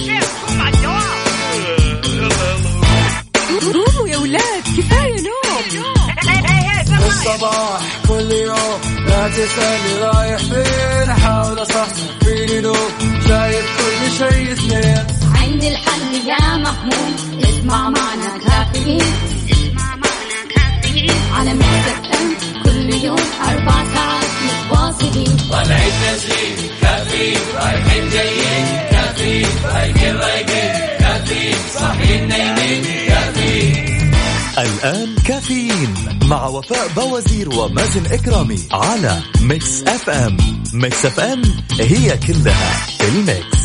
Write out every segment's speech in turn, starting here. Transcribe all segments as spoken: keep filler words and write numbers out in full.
قوموا يا ولاد كفاية نوم. الصباح كل يوم لا تسألني رايح فين، أحاول أصحصح فيني نوم شايف كل شيء سنين. عندي الحل يا محمود، اسمع معنا كافيين، اسمع معنا كافيين على مكتب أم كل يوم أربع ساعات متواصلين. طلعت نسرين كافيين رايحين جايين كافيين رايقين رايقين كافيين صاحيين نايمين كافيين. الآن كافيين مع وفاء بوازير ومازن إكرامي على ميكس أف أم. ميكس أف أم هي كلها الميكس.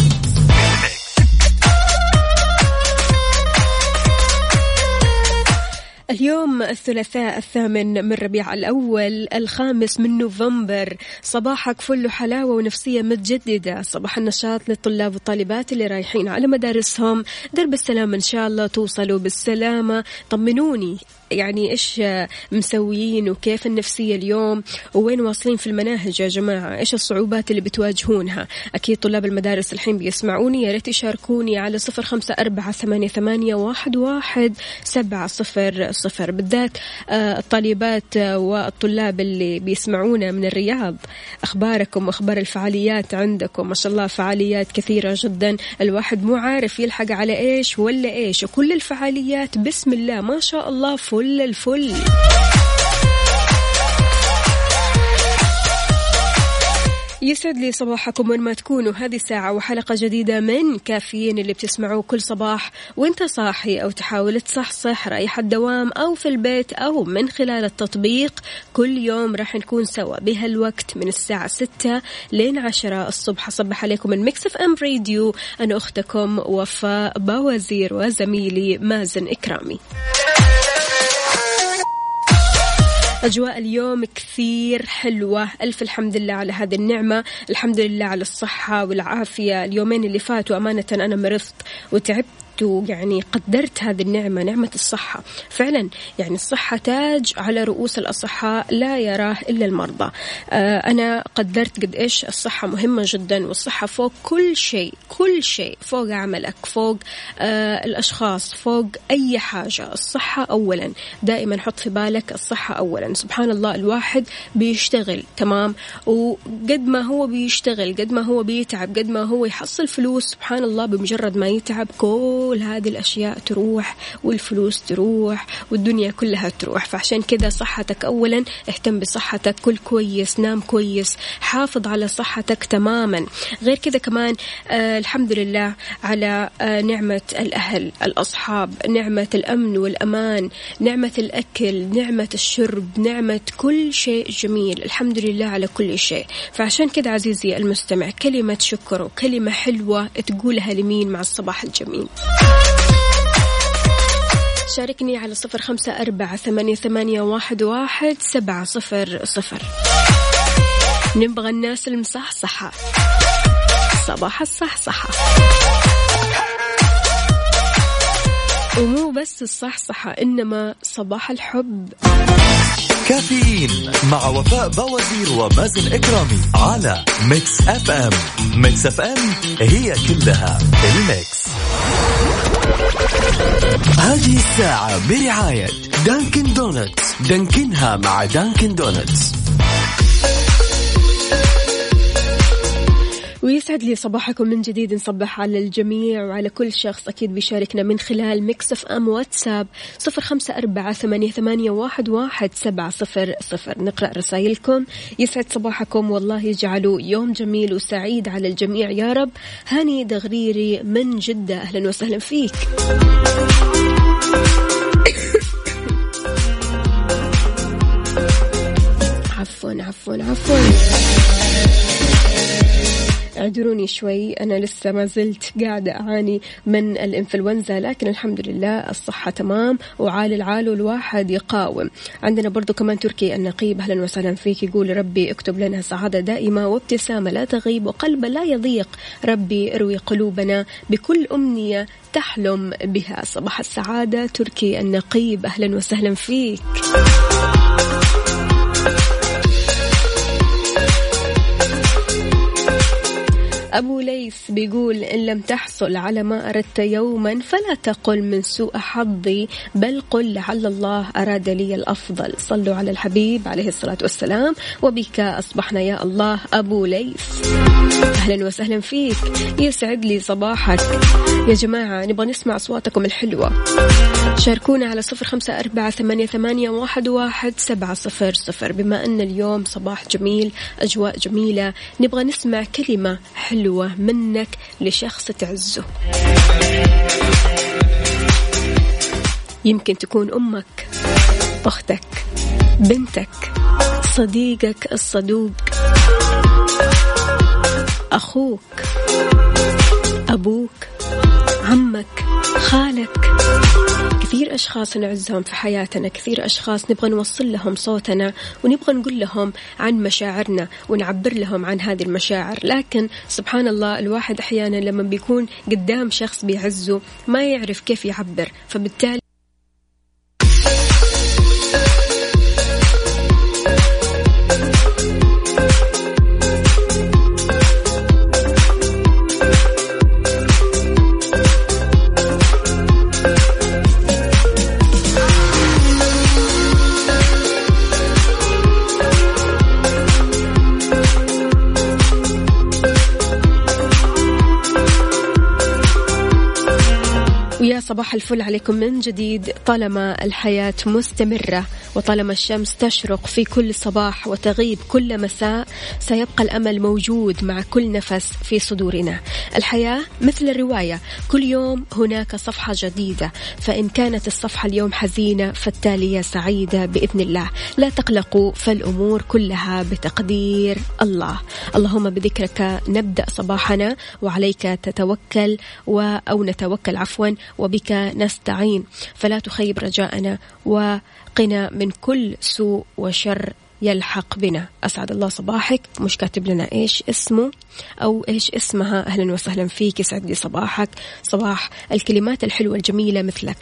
اليوم الثلاثاء الثامن من ربيع الأول الخامس من نوفمبر. صباحك فل حلاوة ونفسية متجددة، صباح النشاط للطلاب والطالبات اللي رايحين على مدارسهم. درب السلام إن شاء الله توصلوا بالسلامة. طمنوني يعني إيش مسويين وكيف النفسية اليوم، وين واصلين في المناهج يا جماعة، إيش الصعوبات اللي بتواجهونها. أكيد طلاب المدارس الحين بيسمعوني، يا ريت يشاركوني على صفر خمسة أربعة ثمانية ثمانية واحد واحد سبعة صفر صفر، بالذات الطالبات والطلاب اللي بيسمعونا من الرياض. أخباركم وأخبار الفعاليات عندكم؟ ما شاء الله فعاليات كثيرة جدا، الواحد مو عارف يلحق على إيش ولا إيش، وكل الفعاليات بسم الله ما شاء الله فل الفل. يسعد لي صباحكم وين ما تكونوا. هذه ساعة وحلقة جديدة من كافيين اللي بتسمعوه كل صباح وانت صاحي أو تحاول تصحصح، رايح الدوام أو في البيت أو من خلال التطبيق. كل يوم راح نكون سوا بهالوقت من الساعة ستة لين عشرة الصبح. صبح عليكم من ميكس أف أم راديو، أنا أختكم وفاء بوازير وزميلي مازن إكرامي. أجواء اليوم كثير حلوة، ألف الحمد لله على هذه النعمة، الحمد لله على الصحة والعافية. اليومين اللي فاتوا أمانة أنا مرضت وتعبت، يعني قدرت هذه النعمة، نعمة الصحة فعلا. يعني الصحة تاج على رؤوس الأصحاء لا يراه إلا المرضى. آه أنا قدرت قد إيش الصحة مهمة جدا، والصحة فوق كل شيء، كل شيء فوق عملك، فوق آه الأشخاص، فوق أي حاجة. الصحة أولا، دائما حط في بالك الصحة أولا. سبحان الله الواحد بيشتغل تمام، وقد ما هو بيشتغل قد ما هو بيتعب قد ما هو يحصل فلوس، سبحان الله بمجرد ما يتعب كل كل هذه الأشياء تروح، والفلوس تروح، والدنيا كلها تروح. فعشان كذا صحتك أولا، اهتم بصحتك، كل كويس، نام كويس، حافظ على صحتك تماما. غير كذا كمان آه الحمد لله على آه نعمة الأهل الأصحاب، نعمة الأمن والأمان، نعمة الأكل، نعمة الشرب، نعمة كل شيء جميل. الحمد لله على كل شيء. فعشان كذا عزيزي المستمع، كلمة شكر وكلمة حلوة تقولها لمين مع الصباح الجميل. شاركني على صفر خمسة أربعة ثمانية ثمانية واحد واحد سبعة صفر صفر. نبغى الناس المصحصحة، صباح الصحصحة، ومو بس الصحصحة إنما صباح الحب. كافيين مع وفاء بوازير ومازن إكرامي على ميكس أف أم. ميكس أف أم هي كلها الميكس. هذه الساعة برعاية دانكن دونتس، دانكنها مع دانكن دونتس. ويسعد لي صباحكم من جديد. نصبح على الجميع وعلى كل شخص أكيد بيشاركنا من خلال ميكس أف أم واتساب صفر خمسة أربعة ثمانية ثمانية واحد واحد سبعة صفر صفر. نقرأ رسائلكم. يسعد صباحكم، والله يجعله يوم جميل وسعيد على الجميع يا رب. هاني دغريري من جدة، أهلا وسهلا فيك. عفوا عفوا عفوا اعذروني شوي، أنا لسه ما زلت قاعدة أعاني من الإنفلونزا، لكن الحمد لله الصحة تمام وعال العال والواحد يقاوم. عندنا برضو كمان تركي النقيب، أهلا وسهلا فيك، يقول ربي اكتب لنا سعادة دائمة وابتسامة لا تغيب وقلب لا يضيق، ربي اروي قلوبنا بكل أمنية تحلم بها. صباح السعادة تركي النقيب، أهلا وسهلا فيك. أبو ليث بيقول إن لم تحصل على ما أردت يوما فلا تقل من سوء حظي بل قل لعل الله أراد لي الأفضل. صلوا على الحبيب عليه الصلاة والسلام. وبك أصبحنا يا الله أبو ليث، أهلا وسهلا فيك، يسعد لي صباحك. يا جماعة نبغى نسمع أصواتكم الحلوة، شاركونا على صفر خمسة أربعة ثمانية ثمانية واحد واحد سبعة صفر صفر. بما أن اليوم صباح جميل، أجواء جميلة، نبغى نسمع كلمة حلوة منك لشخص تعزه. يمكن تكون أمك، أختك، بنتك، صديقك الصدوق، أخوك، أبوك، عمك، خالك. كثير أشخاص نعزهم في حياتنا، كثير أشخاص نبغى نوصل لهم صوتنا ونبغى نقول لهم عن مشاعرنا ونعبر لهم عن هذه المشاعر، لكن سبحان الله الواحد أحيانا لما بيكون قدام شخص بيعزه ما يعرف كيف يعبر، فبالتالي يا صباح الفل عليكم من جديد. طالما الحياة مستمرة وطالما الشمس تشرق في كل صباح وتغيب كل مساء، سيبقى الأمل موجود مع كل نفس في صدورنا. الحياة مثل الرواية، كل يوم هناك صفحة جديدة، فإن كانت الصفحة اليوم حزينة فالتالية سعيدة بإذن الله. لا تقلقوا، فالأمور كلها بتقدير الله. اللهم بذكرك نبدأ صباحنا وعليك تتوكل و أو نتوكل عفوا وبك نستعين، فلا تخيب رجاءنا وقنا من كل سوء وشر يلحق بنا. أسعد الله صباحك. مش كاتب لنا إيش اسمه أو إيش اسمها، أهلا وسهلا فيك، يسعد لي صباحك، صباح الكلمات الحلوة الجميلة مثلك.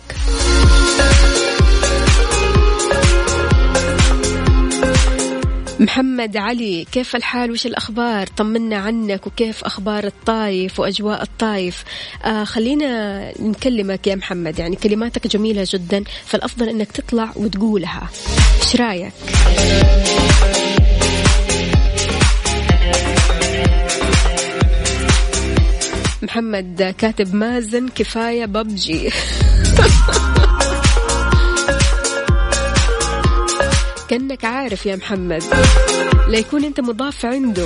محمد علي، كيف الحال وش الأخبار؟ طمنا عنك وكيف أخبار الطايف وأجواء الطايف. آه خلينا نكلمك يا محمد، يعني كلماتك جميلة جدا، فالأفضل أنك تطلع وتقولها. إيش رأيك؟ محمد كاتب مازن كفاية ببجي. كأنك عارف يا محمد، لا يكون أنت مضاف عنده.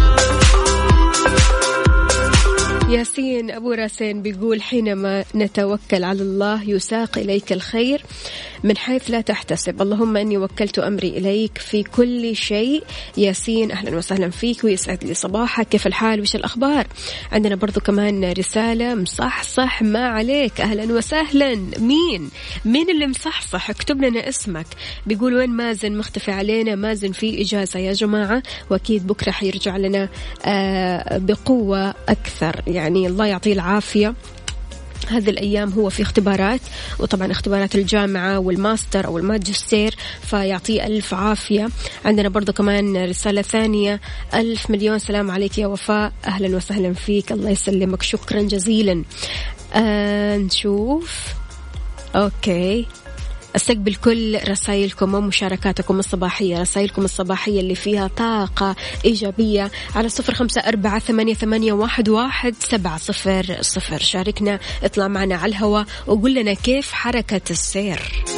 ياسين أبو راسين بيقول حينما نتوكل على الله يساق إليك الخير من حيث لا تحتسب. اللهم أني وكلت أمري إليك في كل شيء. ياسين أهلا وسهلا فيك ويسعد لي صباحك. كيف الحال وش الأخبار؟ عندنا برضو كمان رسالة مصحصح ما عليك، أهلا وسهلا. مين مين اللي مصحصح؟ اكتب لنا اسمك. بيقول وين مازن مختفي علينا؟ مازن في إجازة يا جماعة، وأكيد بكرة حيرجع لنا آه بقوة أكثر، يعني الله يعطيه العافية. هذه الأيام هو في اختبارات، وطبعا اختبارات الجامعة والماستر أو الماجستير، فيعطيه ألف عافية. عندنا برضو كمان رسالة ثانية، ألف مليون سلام عليك يا وفاء، أهلا وسهلا فيك، الله يسلمك، شكرا جزيلا. آه نشوف، أوكي، استقبل كل رسائلكم ومشاركاتكم الصباحية، رسائلكم الصباحية اللي فيها طاقة إيجابية على صفر خمسة أربعة ثمانية ثمانية واحد واحد سبعة صفر صفر. شاركنا، اطلع معنا على الهواء وقول لنا كيف حركة السير.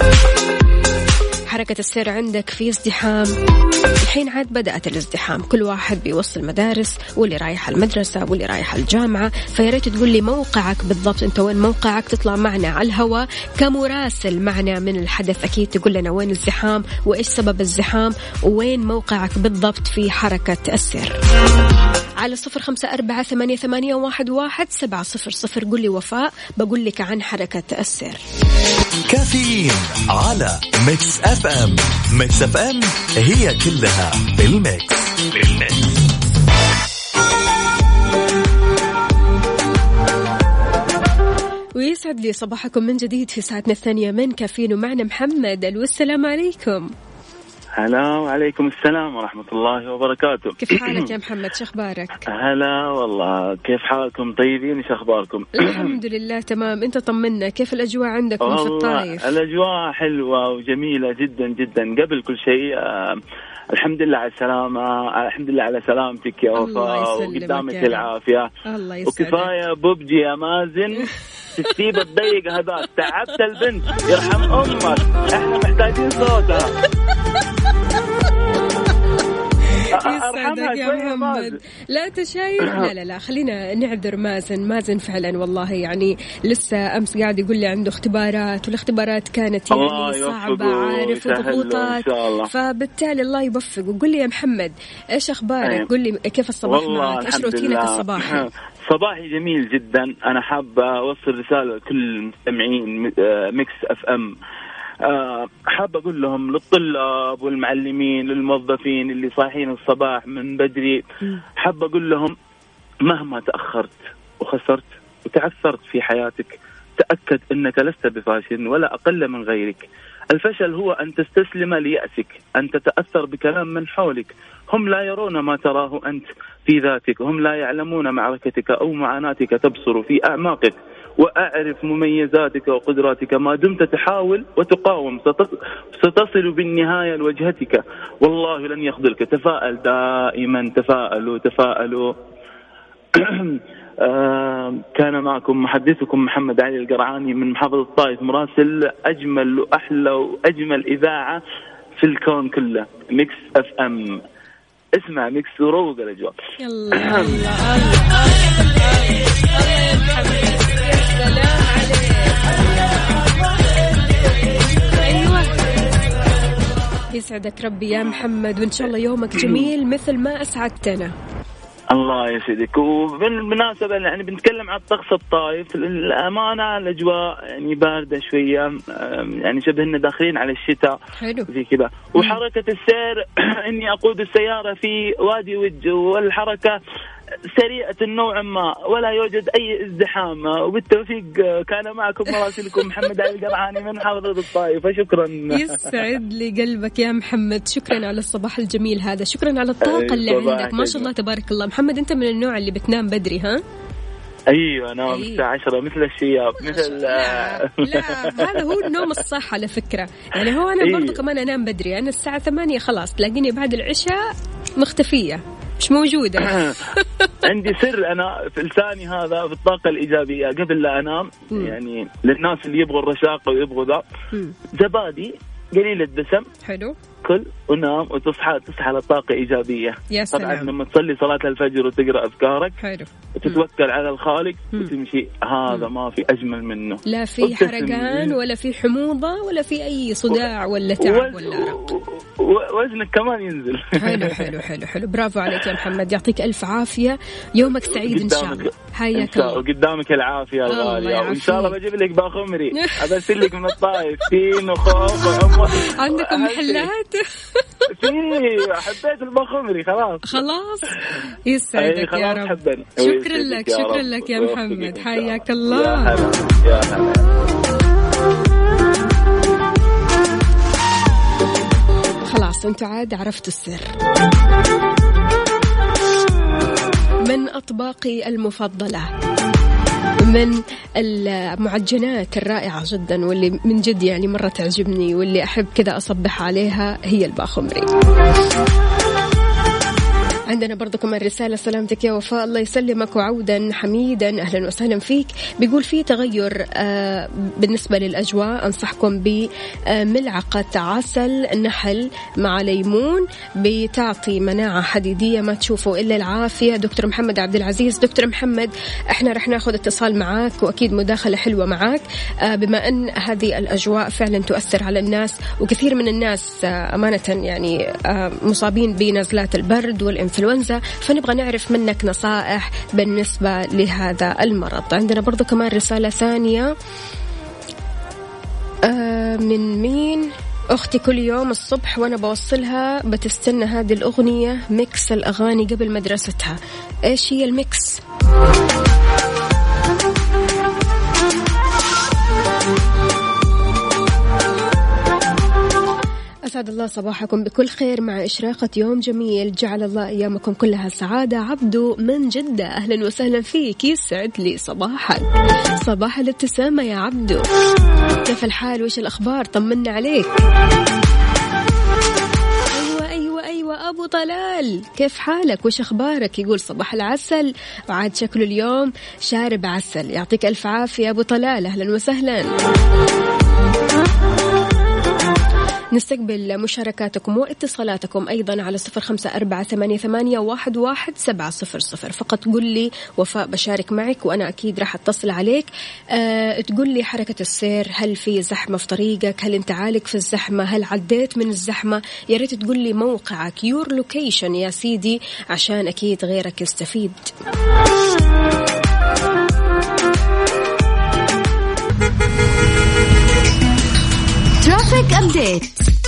حركة السير عندك في ازدحام، الحين عاد بدأت الازدحام، كل واحد بيوصل مدارس، واللي رايح المدرسة واللي رايح الجامعة، فياريت تقول لي موقعك بالضبط، انت وين موقعك؟ تطلع معنا على الهواء كمراسل معنا من الحدث، أكيد تقول لنا وين الزحام وإيش سبب الزحام وين موقعك بالضبط في حركة السير. على صفر خمسة أربعة ثمانية ثمانية واحد واحد سبعة صفر صفر. قل لي وفاء، بقول لك عن حركة السير. كافيين على ميكس اف ام. ميكس اف ام هي كلها بالميكس. بالميكس. ويسعد لي صباحكم من جديد في ساعتنا الثانية من كافيين، ومعنا محمد. الو السلام عليكم. هلا وعليكم السلام ورحمة الله وبركاته. كيف حالك يا محمد؟ شو أخبارك؟ هلا والله، كيف حالكم؟ طيبين؟ شو أخباركم؟ الحمد لله تمام. أنت طمنا، كيف الأجواء عندكم في الطايف؟ الأجواء حلوة وجميلة جدا جدا. قبل كل شيء آه الحمد لله على السلامة، الحمد لله على سلامتك يا وفاء وقدامك العافية. الله يسعدك. وكفاية ببجي يا مازن، تسيب الضيق هذا، تعبت البنت يرحم أمك، احنا محتاجين صوتها. يسعدك يا محمد. لا تشايف، لا لا لا خلينا نعذر مازن. مازن فعلا والله يعني لسه أمس قاعد يقول لي عنده اختبارات، والاختبارات كانت يعني صعبة عارف وضغوطات، فبالتالي الله يوفقه. قل لي يا محمد إيش أخبارك؟ قل لي كيف الصباح معك؟ إيش روتينك الصباحي؟ صباحي جميل جدا. أنا حابة أوصل رسالة لكل المستمعين ميكس أف أم. أه حاب أقول لهم، للطلاب والمعلمين للموظفين اللي صاحين الصباح من بدري، حاب أقول لهم مهما تأخرت وخسرت وتعثرت في حياتك، تأكد أنك لست بفاشل ولا أقل من غيرك. الفشل هو أن تستسلم ليأسك، أن تتأثر بكلام من حولك. هم لا يرون ما تراه أنت في ذاتك، هم لا يعلمون معركتك أو معاناتك تبصر في أعماقك. وأعرف مميزاتك وقدراتك، ما دمت تحاول وتقاوم ستصل بالنهاية لوجهتك، والله لن يخذلك. تفائل دائما، تفائلوا تفائلوا. آه كان معكم محدثكم محمد علي القرعاني من محافظة الطائف، مراسل أجمل وأحلى وأجمل إذاعة في الكون كله، ميكس أف أم. اسمع ميكس وروق الأجواء. يلا يلا الله سلام عليك. أيوة يسعدك ربي يا محمد، وإن شاء الله يومك جميل مثل ما أسعدتنا. الله يسعدك. وبالمناسبة يعني بنتكلم عن الطقس الطايف. الأمانة الأجواء يعني باردة شوية، يعني شبه إننا داخلين على الشتاء زي كذا. وحركة السير إني أقود السيارة في وادي وج، والحركة سريعة نوعا ما ولا يوجد أي ازدحام. وبالتوفيق كان معكم مراسلكم محمد علي القرعاني من محافظة الطائف. شكرا. يسعد لي قلبك يا محمد، شكرا على الصباح الجميل هذا، شكرا على الطاقة اللي عندك ما شاء الله تبارك الله. محمد أنت من النوع اللي بتنام بدري ها؟ أيوة أنام الساعة عشرة مثل الشياب مثل لا, لا هذا هو النوم الصح على فكرة. يعني هو أنا برضو كمان أنام بدري، أنا الساعة ثمانية خلاص تلاقيني بعد العشاء مختفية مش موجودة. عندي سر أنا في لساني هذا في الطاقة الإيجابية قبل لا أنام. م. يعني للناس اللي يبغوا الرشاقة ويبغوا ذا زبادي قليل الدسم، حلو، كل ونام وتصحى تصحى لطاقة إيجابية. يا سلام. طبعا لما تصلي صلاة الفجر وتقرأ أذكارك، حلو، وتتوكل م. على الخالق م. وتمشي، هذا م. ما في أجمل منه. لا في حرقان ولا في حموضة ولا في أي صداع ولا تعب ولا أرق، وزنك كمان ينزل. حلو حلو حلو حلو برافو عليك يا محمد، يعطيك ألف عافية، يومك سعيد إن شاء الله. حياك الله. وقدامك العافية الغالية، وإن شاء الله بجيب لك باخمري أبسل لك من الطائف تين وخوف وعمر. عندكم محلات؟ في حبيت الباخمري خلاص خلاص. يسعدك يا رب. شكرا لك شكرا لك يا محمد، حياك الله. يا هلا يا هلا. خلاص انتوا عاد عرفتوا السر. من أطباقي المفضلة، من المعجنات الرائعة جدا واللي من جد يعني مرة تعجبني واللي أحب كذا أصبح عليها هي الباخمري. عندنا برضو كمان رسالة، سلامتك يا وفاء، الله يسلمك وعودا حميدا، أهلا وسهلا فيك. بيقول في تغير آه بالنسبة للأجواء، أنصحكم بملعقة عسل نحل مع ليمون، بتعطي مناعة حديدية ما تشوفوا إلا العافية. دكتور محمد عبد العزيز. دكتور محمد احنا رح ناخذ اتصال معاك وأكيد مداخلة حلوة معاك، آه بما أن هذه الأجواء فعلا تؤثر على الناس، وكثير من الناس آه أمانة يعني آه مصابين بنزلات البرد والإنفلونزا، فنبغى نعرف منك نصائح بالنسبة لهذا المرض. عندنا برضو كمان رسالة ثانية آه من مين؟ أختي كل يوم الصبح وأنا بوصلها بتستنى هذه الأغنية، ميكس الأغاني قبل مدرستها. إيش هي الميكس؟ أسعد الله صباحكم بكل خير مع إشراقة يوم جميل، جعل الله أيامكم كلها سعادة. عبدو من جدة، أهلا وسهلا فيك، يسعد لي صباحك. صباح الابتسامة يا عبدو، كيف الحال وإيش الأخبار؟ طمنا عليك. أيوة أيوة أيوة أبو طلال، كيف حالك وإيش أخبارك؟ يقول صباح العسل، وعاد شكله اليوم شارب عسل. يعطيك ألف عافية أبو طلال، أهلا وسهلا. نستقبل مشاركاتكم واتصالاتكم أيضا على صفر خمسة أربعة ثمانية ثمانية واحد واحد سبعة صفر صفر. فقط قل لي وفاء بشارك معك وأنا أكيد راح أتصل عليك. أه تقول لي حركة السير، هل في زحمة في طريقك؟ هل أنت عالق في الزحمة؟ هل عديت من الزحمة؟ يا ريت تقول لي موقعك، يور لوكيشن يا سيدي، عشان أكيد غيرك يستفيد. ترافيك أبديت.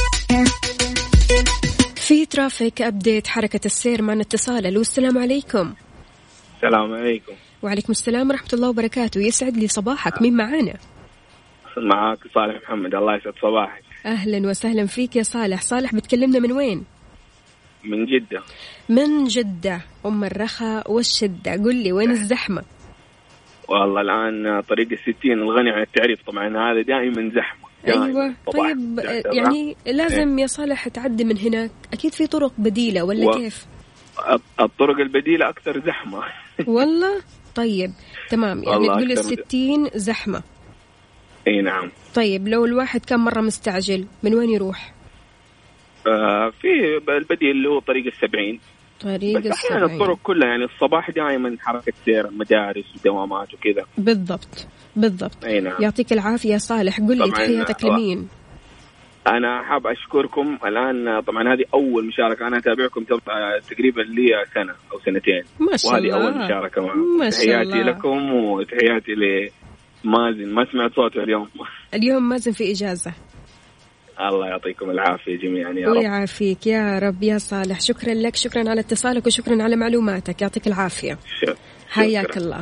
في ترافيك أبديت حركة السير، معنا اتصال. ألو السلام عليكم. السلام عليكم. وعليكم السلام ورحمة الله وبركاته، يسعد لي صباحك. مين معانا؟ معاك صالح محمد، الله يسعد صباحك. أهلا وسهلا فيك يا صالح. صالح بتكلمنا من وين؟ من جدة. من جدة أم الرخاء والشدة. قل لي وين الزحمة؟ والله الآن طريق الستين الغني عن التعريف، طبعا هذا دائما زحمة. أيوة طيب، يعني لازم يا صالح تعدي من هناك، أكيد في طرق بديلة ولا و... كيف؟ الطرق البديلة أكثر زحمة. والله طيب تمام، يعني تقول الستين زحمة. أي نعم. طيب لو الواحد كان مرة مستعجل من وين يروح؟ آه في البديل اللي هو طريق السبعين. طريق السبعين. أحيانا الطرق كلها يعني الصباح دائما حركة سير، مدارس ودوامات وكذا. بالضبط بالضبط. أي نعم. يعطيك العافية صالح. قل لي تحياتك لمين؟ أنا حاب أشكركم. الآن طبعا هذه أول مشاركة، أنا أتابعكم تقريبا لي سنة أو سنتين، ما شاء الله، وهذه أول مشاركة معكم. تحياتي لكم وتحياتي لمازن، ما سمعت صوته اليوم. اليوم مازن في إجازة. الله يعطيكم العافية جميعا يا رب. ويعافيك يا رب يا صالح. شكرا لك، شكرا على اتصالك وشكرا على معلوماتك، يعطيك العافية. حياك الله.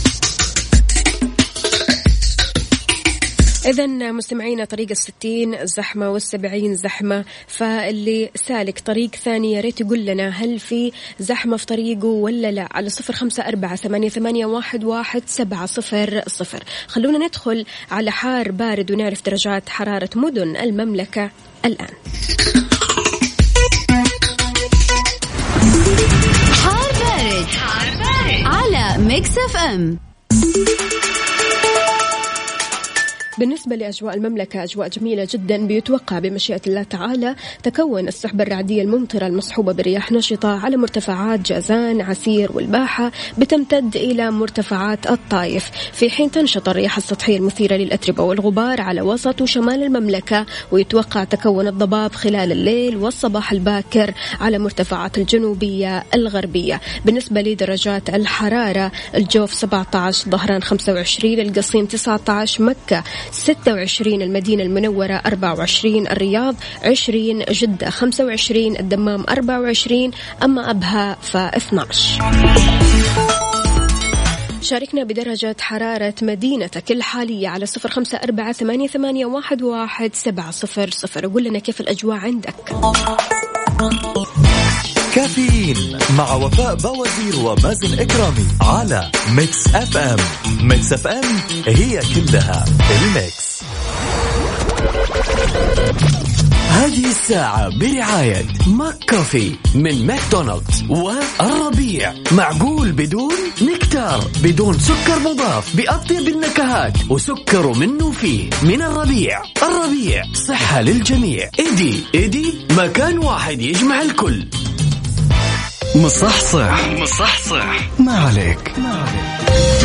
إذن مستمعينا طريق الستين زحمة والسبعين زحمة، فاللي سالك طريق ثاني يا ريت يقول لنا هل في زحمة في طريقه ولا لا، على صفر خمسة أربعة ثمانية ثمانية واحد واحد سبعة صفر صفر. خلونا ندخل على حار بارد ونعرف درجات حرارة مدن المملكة الآن. حار بارد, حار بارد على ميكس اف ام. بالنسبة لأجواء المملكة أجواء جميلة جدا، بيتوقع بمشيئة الله تعالى تكون السحب الرعدية الممطرة المصحوبة برياح نشطة على مرتفعات جازان عسير والباحة، بتمتد إلى مرتفعات الطايف، في حين تنشط الرياح السطحية المثيرة للأتربة والغبار على وسط وشمال المملكة، ويتوقع تكون الضباب خلال الليل والصباح الباكر على مرتفعات الجنوبية الغربية. بالنسبة لدرجات الحرارة، الجوف سبعة عشر، ظهران خمسة وعشرين، القصيم تسعة عشر، مكة ستة وعشرين، المدينة المنورة أربعة وعشرين، الرياض عشرين، جدة خمسة وعشرين، الدمام أربعة وعشرين، أما أبها فاثنى عشر. شاركنا بدرجة حرارة مدينتك الحالية على صفر خمسة أربعة ثمانية ثمانية واحد واحد سبعة صفر صفر. قول لنا كيف الأجواء عندك. كافيين مع وفاء بوازير ومازن إكرامي على ميكس اف ام. ميكس اف ام هي كلها الميكس. هذه الساعة برعاية ماك كوفي من ماكدونالدز والربيع. معقول بدون نكتار، بدون سكر مضاف، بأطيب النكهات وسكر منه فيه. من الربيع. الربيع صحة للجميع. إيدي إيدي مكان واحد يجمع الكل. مصحصح مصحصح ما عليك, ما عليك.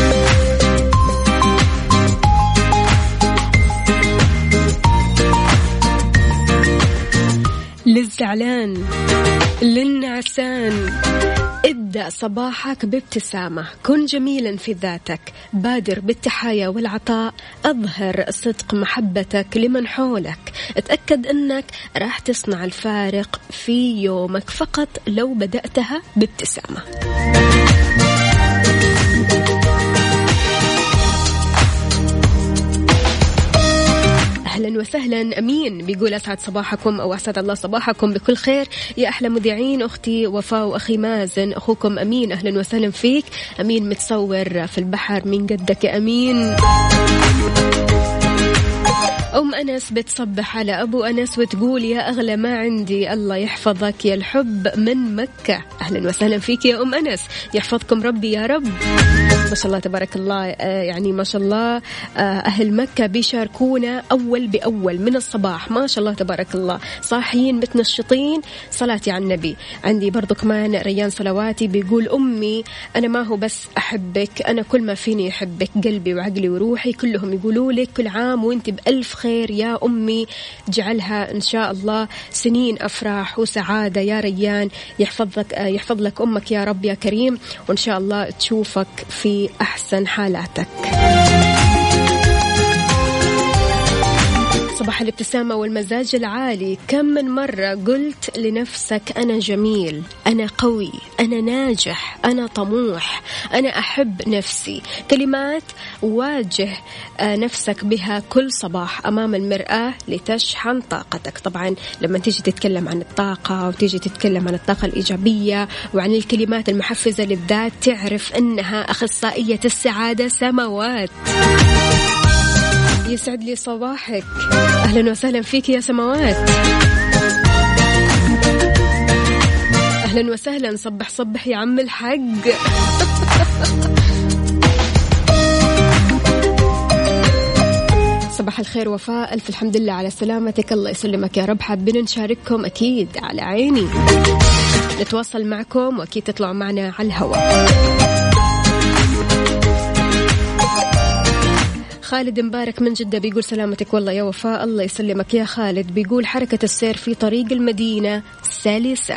للزعلان للنعسان، ابدأ صباحك بابتسامة، كن جميلا في ذاتك، بادر بالتحايا والعطاء، أظهر صدق محبتك لمن حولك، اتأكد أنك راح تصنع الفارق في يومك فقط لو بدأتها بابتسامة. أهلا أهلا وسهلا. أمين بيقول أسعد صباحكم أو أسعد الله صباحكم بكل خير يا أحلى مذيعين، أختي وفاء وأخي مازن، أخوكم أمين. أهلا وسهلا فيك أمين، متصور في البحر من قدك يا أمين. أم أنس بتصبح على أبو أنس وتقول يا أغلى ما عندي، الله يحفظك يا الحب من مكة. أهلا وسهلا فيك يا أم أنس، يحفظكم ربي يا رب. ما شاء الله تبارك الله، يعني ما شاء الله أهل مكة بيشاركونا أول بأول من الصباح، ما شاء الله تبارك الله، صاحيين متنشطين. صلاتي على النبي. عندي برضو كمان ريان صلواتي بيقول أمي أنا ما هو بس أحبك، أنا كل ما فيني أحبك، قلبي وعقلي وروحي كلهم يقولوا لك كل عام وانت بألف خير يا أمي، جعلها إن شاء الله سنين أفراح وسعادة يا ريان. يحفظك يحفظ لك أمك يا رب يا كريم، وإن شاء الله تشوفك في أحسن حالاتك. صباح الابتسامة والمزاج العالي. كم من مرة قلت لنفسك أنا جميل، أنا قوي، أنا ناجح، أنا طموح، أنا أحب نفسي. كلمات واجه نفسك بها كل صباح أمام المرآة لتشحن طاقتك. طبعا لما تيجي تتكلم عن الطاقة وتيجي تتكلم عن الطاقة الإيجابية وعن الكلمات المحفزة للذات، تعرف أنها أخصائية السعادة سماوات. يسعد لي صباحك، أهلا وسهلا فيك يا سماوات. أهلا وسهلا، صبح صبح يا عم الحق. صباح الخير وفاء، ألف الحمد لله على سلامتك، الله يسلمك يا رب. حابين نشارككم أكيد، على عيني، نتواصل معكم وأكيد تطلعوا معنا على الهواء. خالد مبارك من جدة بيقول سلامتك والله يا وفاء، الله يسلمك يا خالد. بيقول حركة السير في طريق المدينة سلسة.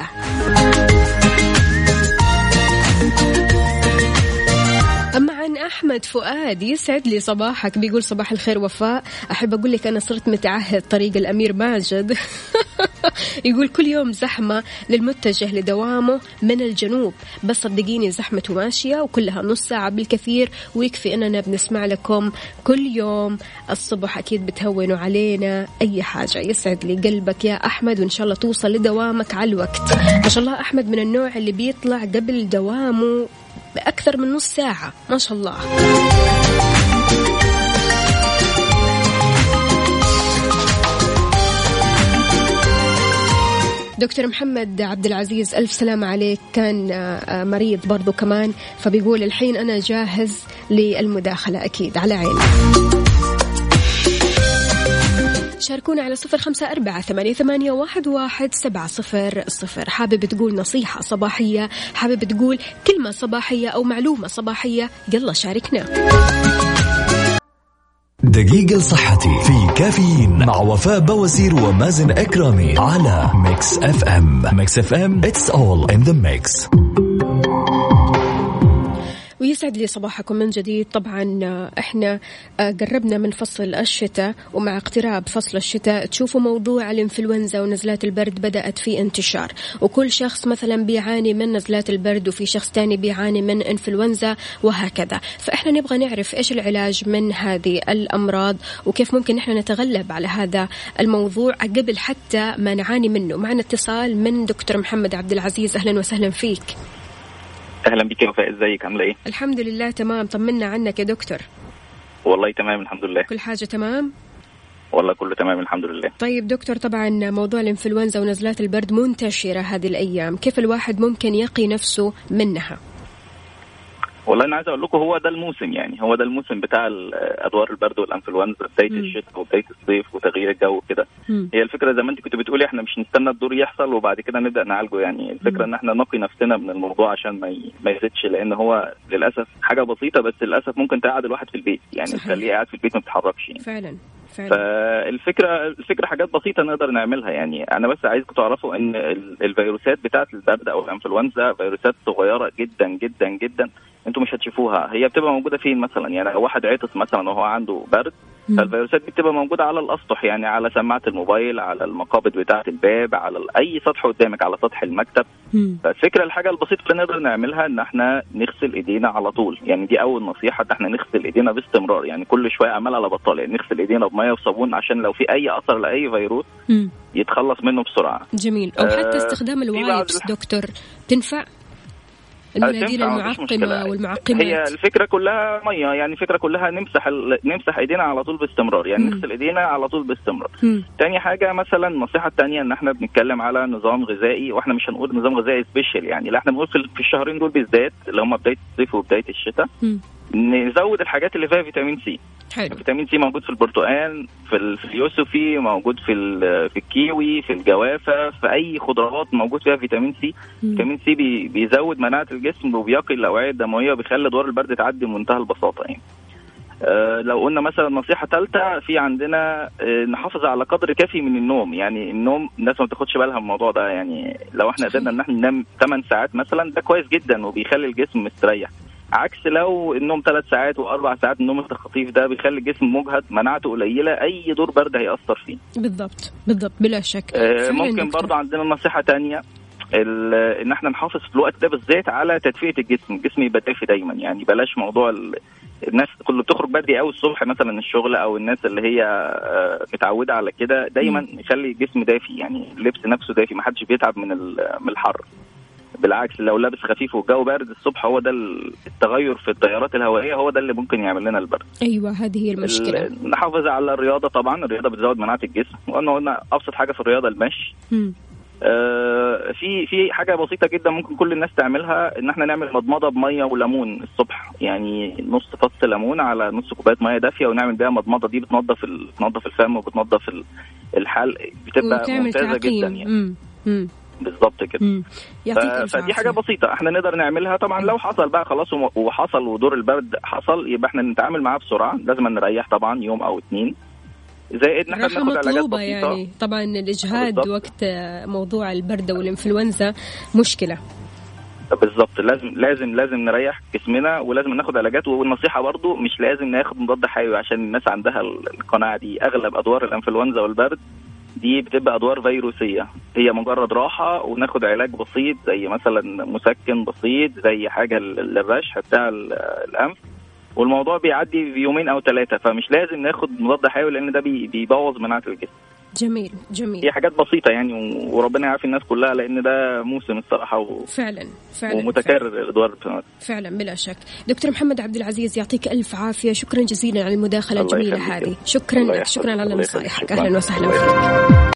أما عن أحمد فؤاد، يسعد لي صباحك، بيقول صباح الخير وفاء، أحب أقول لك أنا صرت متعهد طريق الأمير ماجد. يقول كل يوم زحمة للمتجه لدوامه من الجنوب، بس صدقيني زحمته ماشية وكلها نص ساعة بالكثير، ويكفي أننا بنسمع لكم كل يوم الصبح، أكيد بتهونوا علينا أي حاجة. يسعد لي قلبك يا أحمد، وإن شاء الله توصل لدوامك على الوقت. ما شاء الله أحمد من النوع اللي بيطلع قبل دوامه بأكثر من نص ساعة، ما شاء الله. دكتور محمد عبد العزيز، ألف سلامة عليك، كان مريض برضو كمان، فبيقول الحين أنا جاهز للمداخلة، أكيد على عيني. شاركونا على صفر خمسة أربعة ثمانية ثمانية واحد واحد سبعة صفر صفر. حابب تقول نصيحة صباحية، حابب تقول كلمة صباحية أو معلومة صباحية، يلا شاركنا. دقيقة صحتي في كافيين مع وفاء بوزير ومازن إكرامي على ميكس اف ام. ميكس اف ام it's all in the mix. ويسعد لي صباحكم من جديد. طبعا احنا قربنا من فصل الشتاء، ومع اقتراب فصل الشتاء تشوفوا موضوع الانفلونزا ونزلات البرد بدأت في انتشار، وكل شخص مثلا بيعاني من نزلات البرد وفي شخص تاني بيعاني من انفلونزا وهكذا. فاحنا نبغى نعرف ايش العلاج من هذه الامراض وكيف ممكن احنا نتغلب على هذا الموضوع قبل حتى ما نعاني منه. معنا اتصال من دكتور محمد عبد العزيز، اهلا وسهلا فيك. اهلا بك يا وفاء، ازيك، عامله ايه؟ الحمد لله تمام، طمنا عنك يا دكتور. والله تمام الحمد لله، كل حاجه تمام والله كله تمام الحمد لله. طيب دكتور، طبعا موضوع الانفلونزا ونزلات البرد منتشره هذه الايام، كيف الواحد ممكن يقي نفسه منها؟ والله انا عايز اقول لكم هو ده الموسم، يعني هو ده الموسم بتاع ادوار البرد والانفلونزا، بدايه م. الشتاء وبدايه الصيف وتغيير الجو كده. هي الفكره زي ما انت كنت بتقولي، احنا مش نستنى الدور يحصل وبعد كده نبدا نعالجه، يعني الفكره م. ان احنا نقي نفسنا من الموضوع عشان ما ما يزيدش، لان هو للاسف حاجه بسيطه بس للاسف ممكن تقعد الواحد في البيت، يعني تخليه قاعد في البيت ما بيتحركش يعني. فعلا فعلا. فالفكره الفكره حاجات بسيطه نقدر نعملها، يعني انا بس عايزكم تعرفوا ان الفيروسات بتاعه البرد او الانفلونزا فيروسات صغيره جدا جدا جدا، انتم مش هتشوفوها. هي بتبقى موجوده فين مثلا؟ يعني لو واحد عطس مثلا وهو عنده برد، فالفيروسات دي بتبقى موجوده على الاسطح، يعني على سماعه الموبايل، على المقابض بتاعه الباب، على اي سطح قدامك، على سطح المكتب. فالفكره الحاجه البسيطه اللي نقدر نعملها ان احنا نغسل ايدينا على طول. يعني دي اول نصيحه، ان احنا نغسل ايدينا باستمرار، يعني كل شويه عمال على بطال، يعني نغسل ايدينا بميه وصابون عشان لو في اي اثر لاي فيروس م. يتخلص منه بسرعه. جميل. او حتى استخدام الوايبس دكتور تنفع؟ المناديل المعقمة والمعقمات. هي الفكرة كلها مية، يعني الفكرة كلها نمسح ال... نمسح ايدينا على طول باستمرار، يعني م. نغسل ايدينا على طول باستمرار. م. تاني حاجة مثلا النصيحة التانية ان احنا بنتكلم على نظام غذائي، واحنا مش هنقول نظام غذائي سبيشال، يعني لا احنا بنقول في الشهرين دول بالذات اللي هم بداية الصيف وبداية الشتاء م. نزود الحاجات اللي فيها فيتامين سي. حلو. فيتامين سي موجود في البرتقال، في اليوسفي، موجود في في الكيوي، في الجوافه، في اي خضروات موجود فيها فيتامين سي. م. فيتامين سي بي بيزود مناعه الجسم وبيقي الاوعيه الدمويه وبيخلي ادوار البرد تعدي بمنتهى البساطه يعني. أه لو قلنا مثلا نصيحه ثالثه، في عندنا أه نحافظ على قدر كافي من النوم. يعني النوم الناس ما بتاخدش بالها من الموضوع ده، يعني لو احنا قدرنا ان احنا ننام ثمان ساعات مثلا ده كويس جدا وبيخلي الجسم مستريح، عكس لو النوم ثلاث ساعات واربع ساعات النوم الخفيف ده بيخلي الجسم مجهد، مناعته قليله، اي دور برد هيأثر فيه. بالضبط بالضبط بلا شك. آه ممكن برضه عندنا نصيحه تانية، ان احنا نحافظ في الوقت ده بالذات على تدفئه الجسم، الجسم يبقى دافي دايما، يعني بلاش موضوع الناس كله بتخرج بدري قوي الصبح مثلا الشغل، او الناس اللي هي متعوده على كده دايما يخلي الجسم دافي، يعني اللبس نفسه دافي، ما حدش بيتعب من من الحر. بالعكس لو لابس خفيف والجو بارد الصبح، هو ده التغير في التيارات الهوائيه، هو ده اللي ممكن يعمل لنا البرد. ايوه هذه هي المشكله. نحافظ على الرياضه، طبعا الرياضه بتزود مناعه الجسم، وقلنا قلنا ابسط حاجه في الرياضه المشي. آه في في حاجه بسيطه جدا ممكن كل الناس تعملها، ان احنا نعمل مضمضه بميه وليمون الصبح، يعني نص فص ليمون على نص كوبايه ميه دافيه ونعمل بيها مضمضه. دي بتنظف بتنظف الفم وبتنظف الحلق، بتبقى ممتازه جدا يعني. امم بالظبط كده. ف... فدي حاجه بسيطه احنا نقدر نعملها. طبعا لو حصل بقى خلاص وحصل ودور البرد حصل، يبقى احنا نتعامل معاه بسرعه، لازم نريح طبعا يوم او اتنين، زائد نحن ناخد علاجات بسيطه. يعني طبعا الاجهاد بالضبط. وقت موضوع البرد والانفلونزا مشكله. بالظبط، لازم لازم لازم نريح جسمنا ولازم ناخد علاجات. والنصيحه برضو مش لازم ناخد مضاد حيوي، عشان الناس عندها القناعه دي. اغلب ادوار الانفلونزا والبرد دي بتبقى ادوار فيروسيه، هي مجرد راحه وناخد علاج بسيط زي مثلا مسكن بسيط، زي حاجه للرشح بتاع الانف، والموضوع بيعدي بيومين او ثلاثه. فمش لازم ناخد مضاد حيوي لان ده بيبوظ مناعه الجسم. جميل جميل. هي حاجات بسيطه يعني، وربنا يعافي الناس كلها، لان ده موسم الصراحه و... فعلا فعلا ومتكرر الادوار فعلا. فعلا بلا شك. دكتور محمد عبد العزيز يعطيك الف عافيه، شكرا جزيلا على المداخله الجميله هذه. شكرا لك، شكرا على نصائحك. اهلا وسهلا فيك.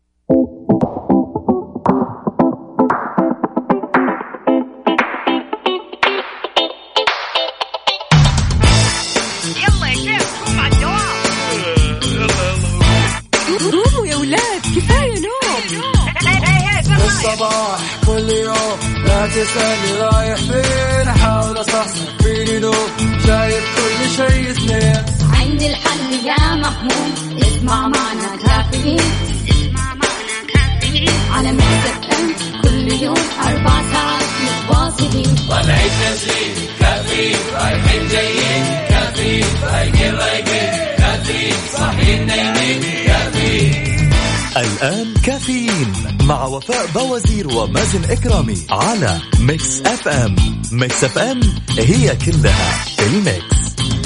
الصباح كل يوم لا تسألني رايح فين، أحاول أصحصح فيني لو شايف كل شيء سنين. عندي الحل يا محمود، اسمع معنا كافيين، اسمع معنا كافيين على مكتب أم كل يوم أربع ساعات متواصلين. طلعت تسرين كافيين، رايحين جايين كافيين، رايقين رايقين كافيين، صاحيين نايمين كافيين. الآن كافيين مع وفاء بوازير ومازن إكرامي على ميكس أف أم. ميكس أف أم هي كلها في الميكس.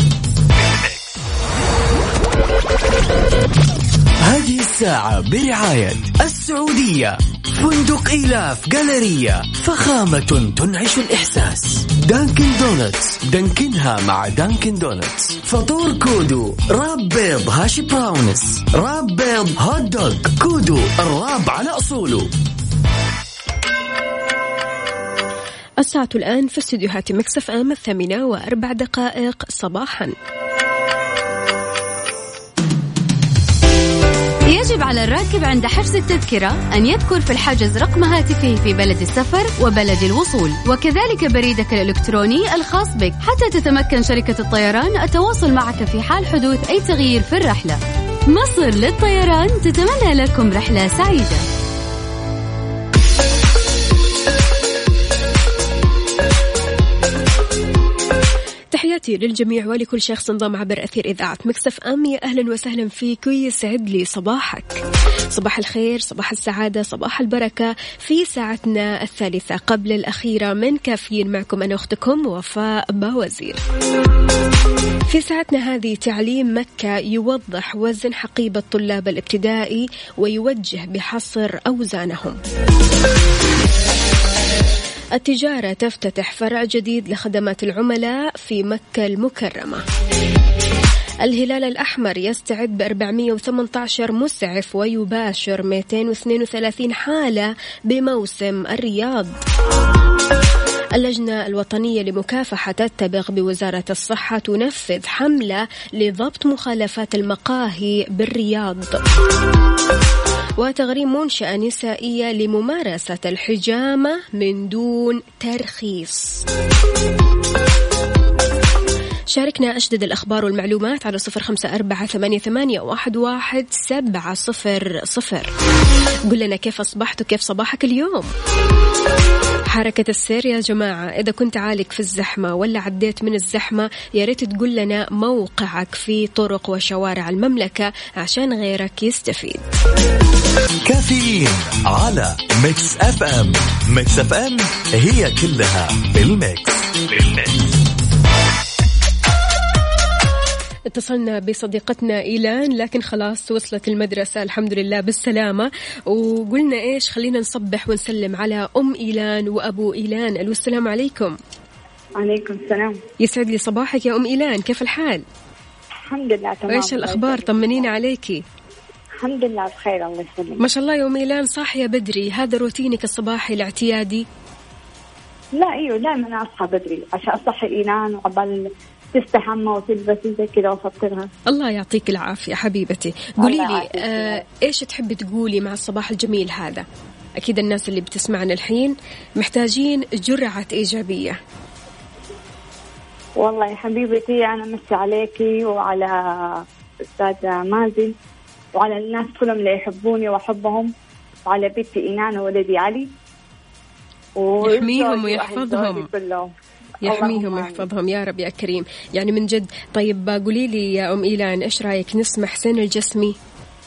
هذه الساعة برعاية السعودية، فندق إيلاف جالريا، فخامة تنعش الإحساس. دانكن دونتس، دانكنها مع دانكن دونتس. فطور كودو، راب بيض هاشي براونس، راب بيض هوت دوغ. كودو، الراب على أصوله. الساعة الآن في استديوهات ميكس أف أم الثامنة وأربع دقائق صباحا. يجب على الراكب عند حجز التذكرة أن يذكر في الحجز رقم هاتفه في بلد السفر وبلد الوصول، وكذلك بريدك الإلكتروني الخاص بك، حتى تتمكن شركة الطيران التواصل معك في حال حدوث أي تغيير في الرحلة. مصر للطيران تتمنى لكم رحلة سعيدة. تحياتي للجميع ولكل شخص انضم عبر أثير إذاعة ميكس اف ام. يا أهلا وسهلا فيك ويسعد لي صباحك. صباح الخير، صباح السعادة، صباح البركة في ساعتنا الثالثة قبل الأخيرة من كافيين. معكم أنا أختكم وفاء باوزير. في ساعتنا هذه تعليم مكة يوضح وزن حقيبة طلاب الابتدائي ويوجه بحصر أوزانهم. التجارة تفتتح فرع جديد لخدمات العملاء في مكة المكرمة. الهلال الأحمر يستعد ب أربعمئة وثمانية عشر مسعف ويباشر مئتين واثنين وثلاثين حالة بموسم الرياض. اللجنة الوطنية لمكافحة التبغ بوزارة الصحة تنفذ حملة لضبط مخالفات المقاهي بالرياض. وتغريم منشأة نسائية لممارسة الحجامة من دون ترخيص. شاركنا أجدد الأخبار والمعلومات على صفر خمسة أربعة ثمانية ثمانية واحد واحد سبعة صفر صفر. قل لنا كيف أصبحت وكيف صباحك اليوم. حركة السير يا جماعة، إذا كنت عالق في الزحمة ولا عديت من الزحمة يا ريت تقول لنا موقعك في طرق وشوارع المملكة عشان غيرك يستفيد. كافيين على ميكس اف ام. ميكس اف ام هي كلها بالميكس. اتصلنا بصديقتنا إيلان لكن خلاص وصلت المدرسة الحمد لله بالسلامة. وقلنا إيش، خلينا نصبح ونسلم على أم إيلان وأبو إيلان. ألو السلام عليكم. عليكم السلام. يسعد لي صباحك يا أم إيلان، كيف الحال؟ الحمد لله تمام. إيش الأخبار؟ طمنين عليكي. الحمد لله بخير الله يسلمك. ما شاء الله يا أم إيلان صاحية بدري، هذا روتينك الصباحي الاعتيادي؟ لا ايوه دائما انا اصحى بدري عشان اصحي ايلان وعبال تستحمى وتلبس زي كذا وافطرها. الله يعطيك العافيه حبيبتي. قولي لي آه ايش تحبي تقولي مع الصباح الجميل هذا؟ اكيد الناس اللي بتسمعنا الحين محتاجين جرعه ايجابيه. والله يا حبيبتي انا مسي عليكي وعلى استاذ مازن وعلى الناس كلهم اللي يحبوني واحبهم وعلى بنتي اينان وولدي علي يحميهم ويحفظهم. يحميهم ويحفظهم يا رب يا كريم. يعني من جد. طيب قولي لي يا أم إيلان إيش رأيك نسمع حسين الجسمي؟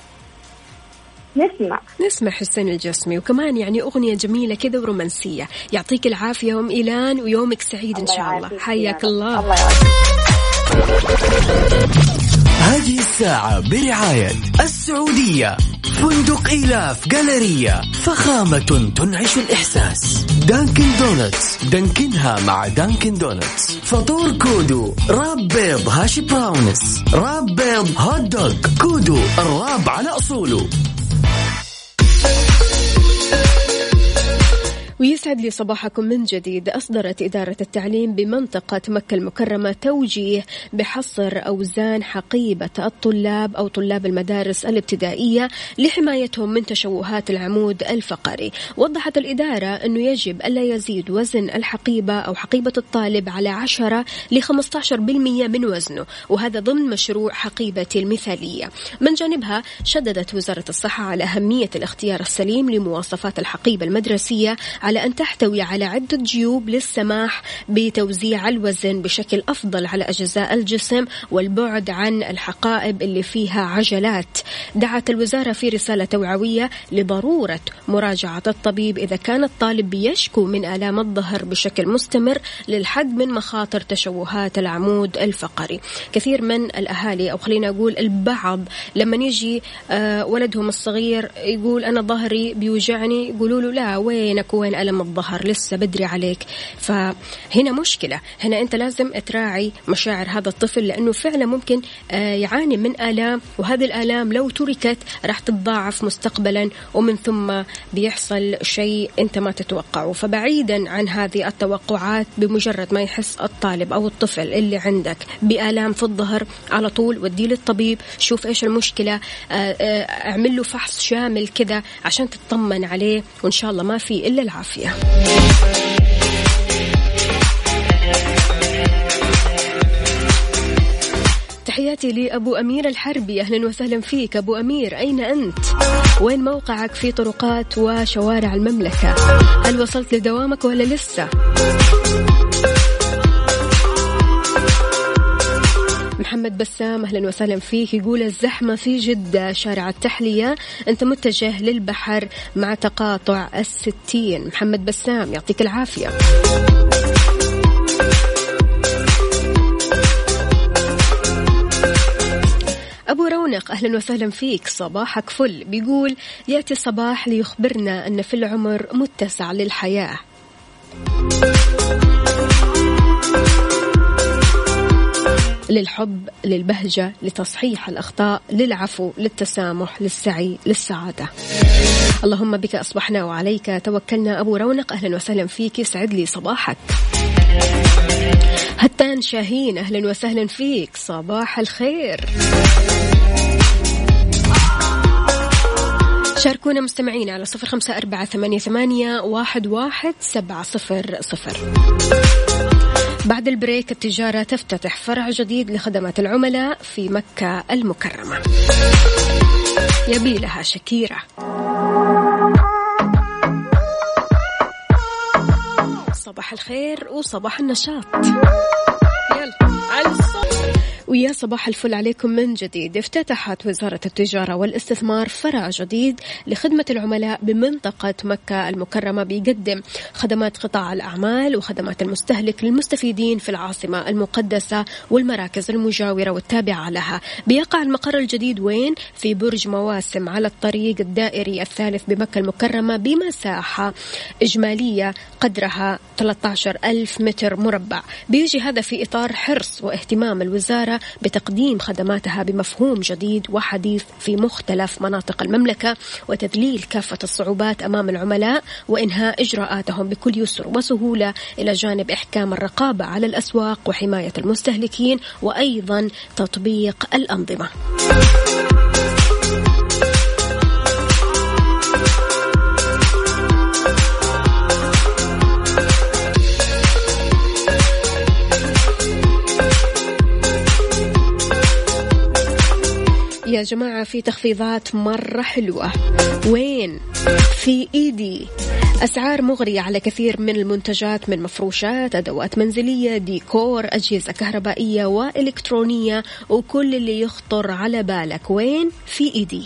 نسمع نسمع حسين الجسمي وكمان يعني أغنية جميلة كذا ورومانسية. يعطيك العافية أم إيلان ويومك سعيد إن شاء الله. حياك الله. الله هذه الساعة برعاية السعودية. فندق إيلاف جالريا، فخامة تنعش الإحساس. دانكن دونتس، دانكنها مع دانكن دونتس. فطور كودو، راب بيض هاشي براونس، راب بيض هوت دوغ. كودو الراب على أصوله. ويسعد لي صباحكم من جديد. أصدرت إدارة التعليم بمنطقة مكة المكرمة توجيه بحصر أوزان حقيبة الطلاب أو طلاب المدارس الابتدائية لحمايتهم من تشوهات العمود الفقري. وضحت الإدارة أنه يجب ألا يزيد وزن الحقيبة أو حقيبة الطالب على عشرة لخمسة عشر بالمئة من وزنه، وهذا ضمن مشروع حقيبتي المثالية. من جانبها شددت وزارة الصحة على أهمية الاختيار السليم لمواصفات الحقيبة المدرسية على أن تحتوي على عدة جيوب للسماح بتوزيع الوزن بشكل أفضل على أجزاء الجسم والبعد عن الحقائب اللي فيها عجلات. دعت الوزارة في رسالة توعوية لضرورة مراجعة الطبيب إذا كان الطالب بيشكو من آلام الظهر بشكل مستمر للحد من مخاطر تشوهات العمود الفقري. كثير من الأهالي أو خلينا أقول البعض لما يجي ولدهم الصغير يقول أنا ظهري بيوجعني، يقولوا له لا وينك وين ألم الظهر، لسه بدري عليك. فهنا مشكلة. هنا أنت لازم تراعي مشاعر هذا الطفل لأنه فعلا ممكن يعاني من آلام، وهذه الآلام لو تركت راح تتضاعف مستقبلا ومن ثم بيحصل شيء أنت ما تتوقعه. فبعيدا عن هذه التوقعات، بمجرد ما يحس الطالب أو الطفل اللي عندك بآلام في الظهر على طول وديه للطبيب، شوف إيش المشكلة، اعمل له فحص شامل كذا عشان تطمن عليه، وإن شاء الله ما في إلا العافية. تحياتي لأبو أمير الحربي. أهلا وسهلا فيك أبو أمير. أين أنت؟ وين موقعك في طرقات وشوارع المملكة؟ هل وصلت لدوامك ولا لسه؟ محمد بسام أهلا وسهلا فيك، يقول الزحمة في جدة شارع التحلية، أنت متجه للبحر مع تقاطع الستين. محمد بسام يعطيك العافية. أبو رونق أهلا وسهلا فيك، صباحك فل. بيقول يأتي الصباح ليخبرنا أن في العمر متسع للحياة، للحب، للبهجة، لتصحيح الأخطاء، للعفو، للتسامح، للسعي، للسعادة. اللهم بك أصبحنا وعليك توكلنا. أبو رونق أهلا وسهلا فيك، يسعد لي صباحك. هتان شاهين أهلا وسهلا فيك، صباح الخير. شاركونا مستمعين على صفر خمسة أربعة ثمانية ثمانية واحد واحد سبعة صفر صفر. بعد البريك التجارة تفتتح فرع جديد لخدمات العملاء في مكة المكرمة، يبي لها شكيرة. صباح الخير وصباح النشاط، يلا على الصبح ويا صباح الفل عليكم من جديد. افتتحت وزارة التجارة والاستثمار فرع جديد لخدمة العملاء بمنطقة مكة المكرمة، بيقدم خدمات قطاع الأعمال وخدمات المستهلك للمستفيدين في العاصمة المقدسة والمراكز المجاورة والتابعة لها. بيقع المقر الجديد وين؟ في برج مواسم على الطريق الدائري الثالث بمكة المكرمة، بمساحة إجمالية قدرها ثلاثة عشر ألف متر مربع. بيجي هذا في إطار حرص واهتمام الوزارة بتقديم خدماتها بمفهوم جديد وحديث في مختلف مناطق المملكة، وتذليل كافة الصعوبات أمام العملاء وإنهاء إجراءاتهم بكل يسر وسهولة، إلى جانب إحكام الرقابة على الأسواق وحماية المستهلكين، وأيضا تطبيق الأنظمة. يا جماعة في تخفيضات مرة حلوة. وين؟ في إيدي. أسعار مغرية على كثير من المنتجات، من مفروشات، أدوات منزلية، ديكور، أجهزة كهربائية وإلكترونية، وكل اللي يخطر على بالك. وين؟ في إيدي.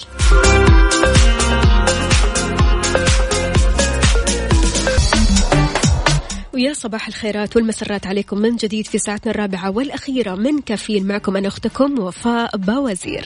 ويا صباح الخيرات والمسرات عليكم من جديد في ساعتنا الرابعة والأخيرة من كافيين. معكم أنا أختكم وفاء باوزير.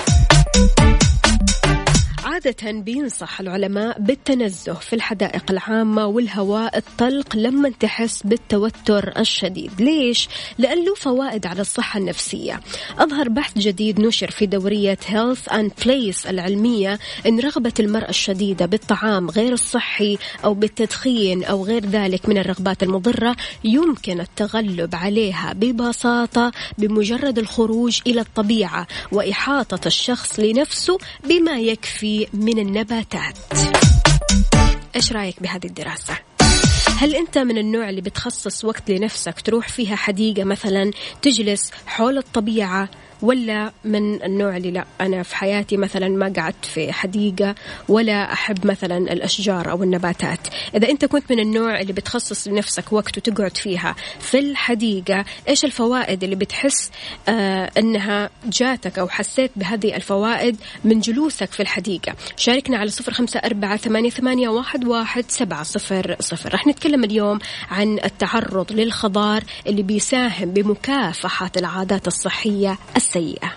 عادة بينصح العلماء بالتنزه في الحدائق العامة والهواء الطلق لما تحس بالتوتر الشديد. ليش؟ لأن له فوائد على الصحة النفسية. أظهر بحث جديد نشر في دورية Health and Place العلمية أن رغبة المرأة الشديدة بالطعام غير الصحي أو بالتدخين أو غير ذلك من الرغبات المضرة يمكن التغلب عليها ببساطة بمجرد الخروج إلى الطبيعة وإحاطة الشخص لنفسه بما يكفي من النباتات. إيش رأيك بهذه الدراسة؟ هل أنت من النوع اللي بتخصص وقت لنفسك تروح فيها حديقة مثلا تجلس حول الطبيعة، ولا من النوع اللي لا أنا في حياتي مثلا ما قعدت في حديقة ولا أحب مثلا الأشجار أو النباتات؟ إذا أنت كنت من النوع اللي بتخصص لنفسك وقت وتقعد فيها في الحديقة، إيش الفوائد اللي بتحس آه أنها جاتك أو حسيت بهذه الفوائد من جلوسك في الحديقة؟ شاركنا على صفر خمسة أربعة ثمانية ثمانية واحد واحد سبعة صفر صفر. رح نتكلم اليوم عن التعرض للخضار اللي بيساهم بمكافحة العادات الصحية السيئة.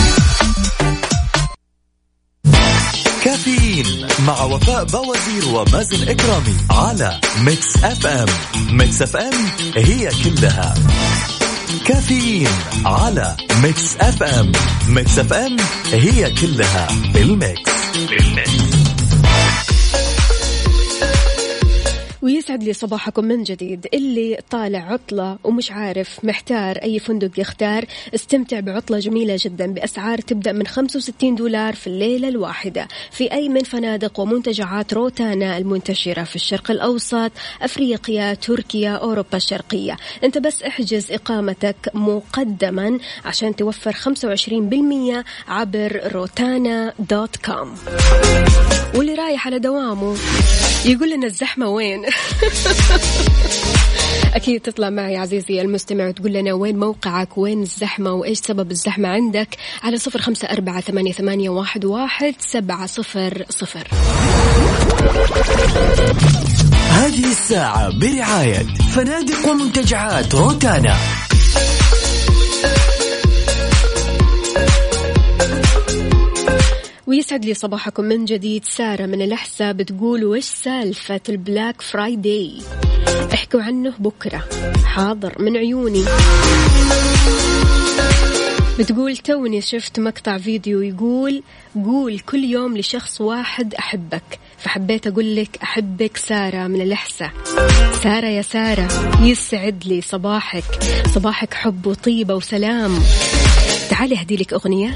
كافيين مع وفاء باوزير ومازن إكرامي على ميكس أف أم. ميكس أف أم هي كلها كافيين على ميكس أف أم. ميكس أف أم هي كلها بالميكس. بالميكس. ويسعد لي صباحكم من جديد. اللي طالع عطلة ومش عارف محتار أي فندق يختار، استمتع بعطلة جميلة جدا بأسعار تبدأ من خمسة وستين دولار في الليلة الواحدة في أي من فنادق ومنتجعات روتانا المنتشرة في الشرق الأوسط، أفريقيا، تركيا، أوروبا الشرقية. أنت بس احجز إقامتك مقدما عشان توفر خمسة وعشرين بالمية عبر روتانا دوت كوم. واللي رايح على دوامه يقول لنا الزحمة وين؟ أكيد تطلع معي عزيزي المستمع وتقول لنا وين موقعك، وين الزحمة، وإيش سبب الزحمة عندك على صفر خمسة أربعة ثمانية ثمانية واحد واحد سبعة صفر صفر. هذه الساعة برعاية فنادق ومنتجعات روتانا. ويسعد لي صباحكم من جديد. سارة من الأحساء بتقول وش سالفة البلاك فرايداي، احكوا عنه بكرة. حاضر من عيوني. بتقول توني شفت مقطع فيديو يقول قول كل يوم لشخص واحد أحبك، فحبيت أقول لك أحبك. سارة من الأحساء. سارة يا سارة يسعد لي صباحك، صباحك حب وطيبة وسلام. تعالي أهدي لك أغنية.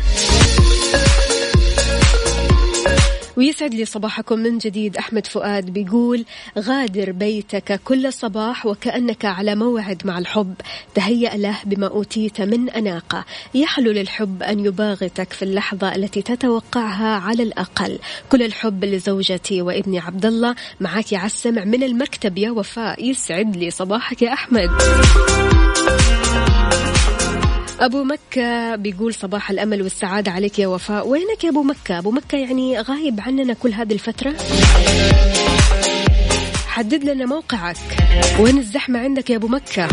ويسعد لي صباحكم من جديد. أحمد فؤاد بيقول غادر بيتك كل صباح وكأنك على موعد مع الحب، تهيأ له بما أوتيت من أناقة، يحلو للحب أن يباغتك في اللحظة التي تتوقعها على الأقل. كل الحب لزوجتي وابني عبد الله، معك على السمع من المكتب يا وفاء. يسعد لي صباحك يا أحمد. أبو مكة بيقول صباح الأمل والسعادة عليك يا وفاء. وينك يا أبو مكة؟ أبو مكة يعني غايب عننا كل هذه الفترة. حدد لنا موقعك، وين الزحمة عندك يا أبو مكة؟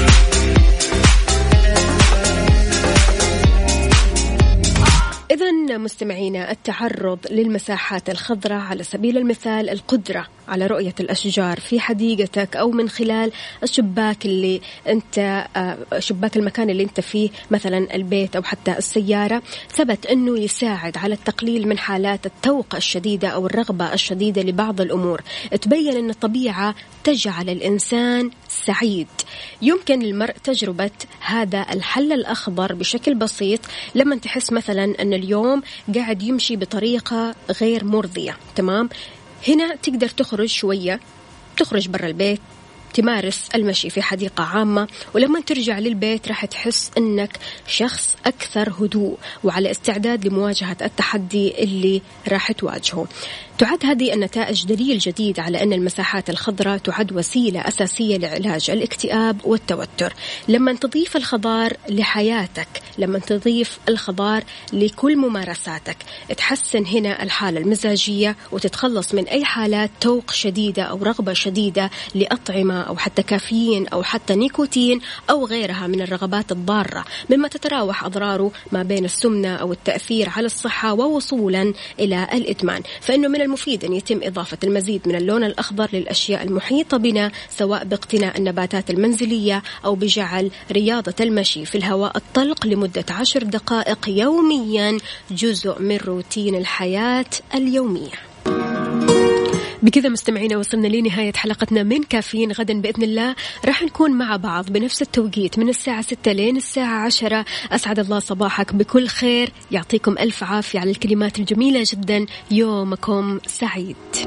إذن مستمعينا، التعرض للمساحات الخضراء على سبيل المثال القدرة على رؤية الأشجار في حديقتك أو من خلال الشباك اللي أنت شباك المكان اللي أنت فيه، مثلا البيت أو حتى السيارة، ثبت أنه يساعد على التقليل من حالات التوقع الشديدة أو الرغبة الشديدة لبعض الأمور. تبين أن الطبيعة تجعل الإنسان سعيد. يمكن للمرء تجربة هذا الحل الأخضر بشكل بسيط لما تحس مثلا أن اليوم قاعد يمشي بطريقة غير مرضية. تمام، هنا تقدر تخرج شوية، تخرج برا البيت، تمارس المشي في حديقة عامة، ولما ترجع للبيت راح تحس أنك شخص أكثر هدوء وعلى استعداد لمواجهة التحدي اللي راح تواجهه. تعد هذه النتائج دليل جديد على أن المساحات الخضراء تعد وسيلة أساسية لعلاج الاكتئاب والتوتر. لما تضيف الخضار لحياتك، لما تضيف الخضار لكل ممارساتك، تحسن هنا الحالة المزاجية وتتخلص من أي حالات توق شديدة أو رغبة شديدة لأطعمة أو حتى كافيين أو حتى نيكوتين أو غيرها من الرغبات الضارة، مما تتراوح أضراره ما بين السمنة أو التأثير على الصحة ووصولا إلى الإدمان. فإنه من المفيد أن يتم إضافة المزيد من اللون الأخضر للأشياء المحيطة بنا، سواء باقتناء النباتات المنزلية أو بجعل رياضة المشي في الهواء الطلق لمدة عشر دقائق يوميا جزء من روتين الحياة اليومية. بكذا مستمعينا وصلنا لنهاية حلقتنا من كافيين. غدا بإذن الله راح نكون مع بعض بنفس التوقيت من الساعة ستة لين الساعة عشرة. أسعد الله صباحك بكل خير، يعطيكم ألف عافية على الكلمات الجميلة جدا. يومكم سعيد.